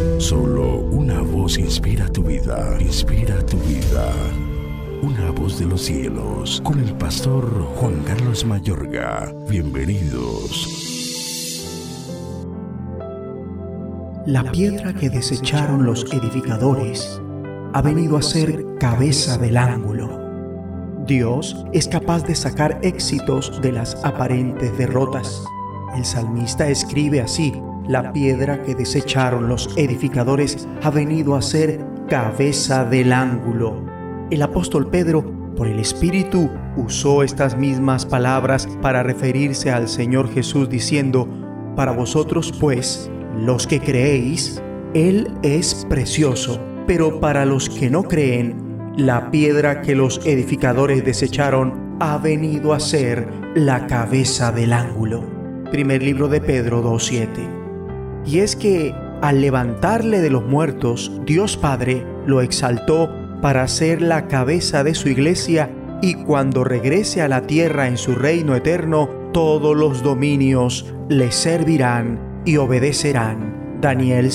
Solo una voz inspira tu vida, inspira tu vida. Una voz de los cielos, con el pastor Juan Carlos Mayorga. Bienvenidos. La piedra que desecharon los edificadores ha venido a ser cabeza del ángulo. Dios es capaz de sacar éxitos de las aparentes derrotas. El salmista escribe así: la piedra que desecharon los edificadores ha venido a ser cabeza del ángulo. El apóstol Pedro, por el Espíritu, usó estas mismas palabras para referirse al Señor Jesús, diciendo: para vosotros, pues, los que creéis, Él es precioso, pero para los que no creen, la piedra que los edificadores desecharon ha venido a ser la cabeza del ángulo. Primer libro de Pedro 2:7. Y es que, al levantarle de los muertos, Dios Padre lo exaltó para ser la cabeza de su iglesia, y cuando regrese a la tierra en su reino eterno, todos los dominios le servirán y obedecerán. Daniel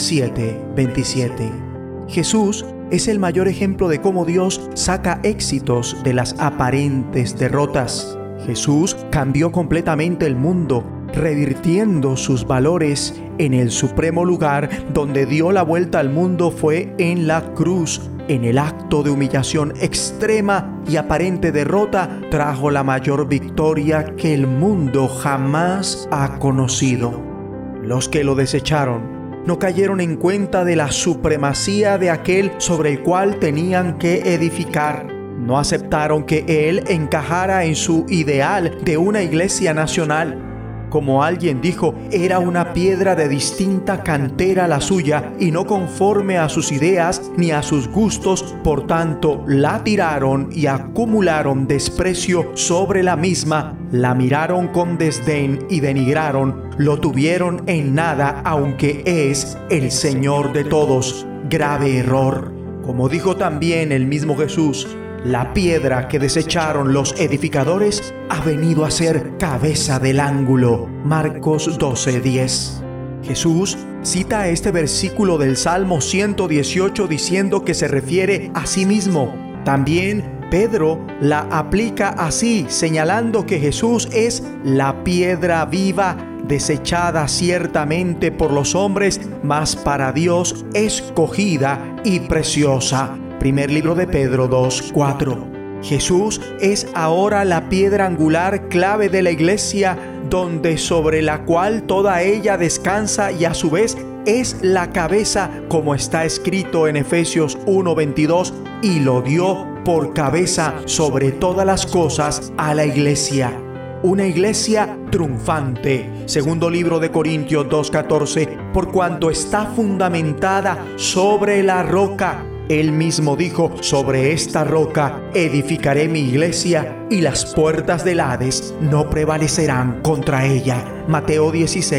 7:27. Jesús es el mayor ejemplo de cómo Dios saca éxitos de las aparentes derrotas. Jesús cambió completamente el mundo, revirtiendo sus valores. En el supremo lugar donde dio la vuelta al mundo fue en la cruz. En el acto de humillación extrema y aparente derrota, trajo la mayor victoria que el mundo jamás ha conocido. Los que lo desecharon no cayeron en cuenta de la supremacía de aquel sobre el cual tenían que edificar. No aceptaron que él encajara en su ideal de una iglesia nacional. Como alguien dijo, era una piedra de distinta cantera la suya y no conforme a sus ideas ni a sus gustos. Por tanto, la tiraron y acumularon desprecio sobre la misma. La miraron con desdén y denigraron. Lo tuvieron en nada, aunque es el Señor de todos. Grave error. Como dijo también el mismo Jesús, la piedra que desecharon los edificadores ha venido a ser cabeza del ángulo. Marcos 12:10. Jesús cita este versículo del Salmo 118 diciendo que se refiere a sí mismo. También Pedro la aplica así, señalando que Jesús es la piedra viva, desechada ciertamente por los hombres, mas para Dios escogida y preciosa. Primer libro de Pedro 2:4. Jesús es ahora la piedra angular clave de la iglesia, donde sobre la cual toda ella descansa, y a su vez es la cabeza, como está escrito en Efesios 1:22, y lo dio por cabeza sobre todas las cosas a la iglesia. Una iglesia triunfante. Segundo libro de Corintios 2:14, por cuanto está fundamentada sobre la roca. Él mismo dijo: sobre esta roca edificaré mi iglesia, y las puertas del Hades no prevalecerán contra ella. Mateo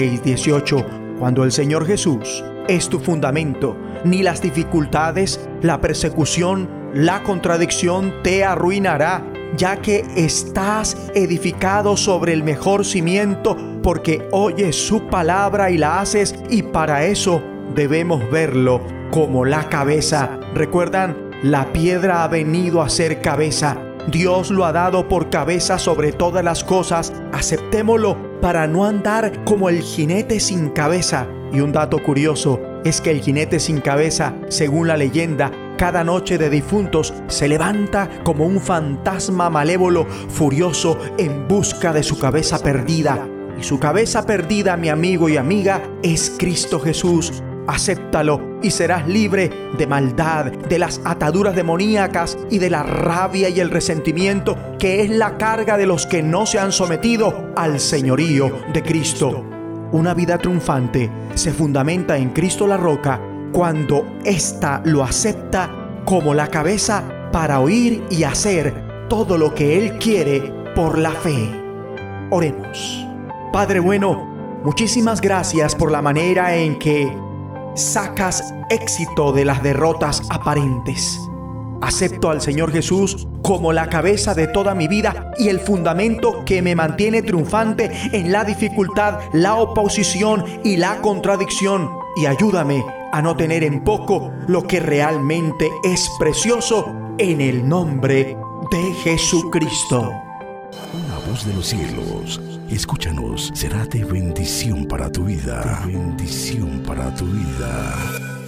16:18. Cuando el Señor Jesús es tu fundamento, ni las dificultades, la persecución, la contradicción te arruinará, ya que estás edificado sobre el mejor cimiento, porque oyes su palabra y la haces, y para eso debemos verlo como la cabeza. ¿Recuerdan? La piedra ha venido a ser cabeza. Dios lo ha dado por cabeza sobre todas las cosas. Aceptémoslo para no andar como el jinete sin cabeza. Y un dato curioso es que el jinete sin cabeza, según la leyenda, cada noche de difuntos se levanta como un fantasma malévolo, furioso, en busca de su cabeza perdida. Y su cabeza perdida, mi amigo y amiga, es Cristo Jesús. Acéptalo y serás libre de maldad, de las ataduras demoníacas y de la rabia y el resentimiento, que es la carga de los que no se han sometido al señorío de Cristo. Una vida triunfante se fundamenta en Cristo la roca cuando ésta lo acepta como la cabeza para oír y hacer todo lo que Él quiere por la fe. Oremos. Padre bueno, muchísimas gracias por la manera en que sacas éxito de las derrotas aparentes. Acepto al Señor Jesús como la cabeza de toda mi vida y el fundamento que me mantiene triunfante en la dificultad, la oposición y la contradicción. y ayúdame a no tener en poco lo que realmente es precioso, en el nombre de Jesucristo. Una voz de los cielos, escúchanos, será de bendición para tu vida. De bendición para tu vida.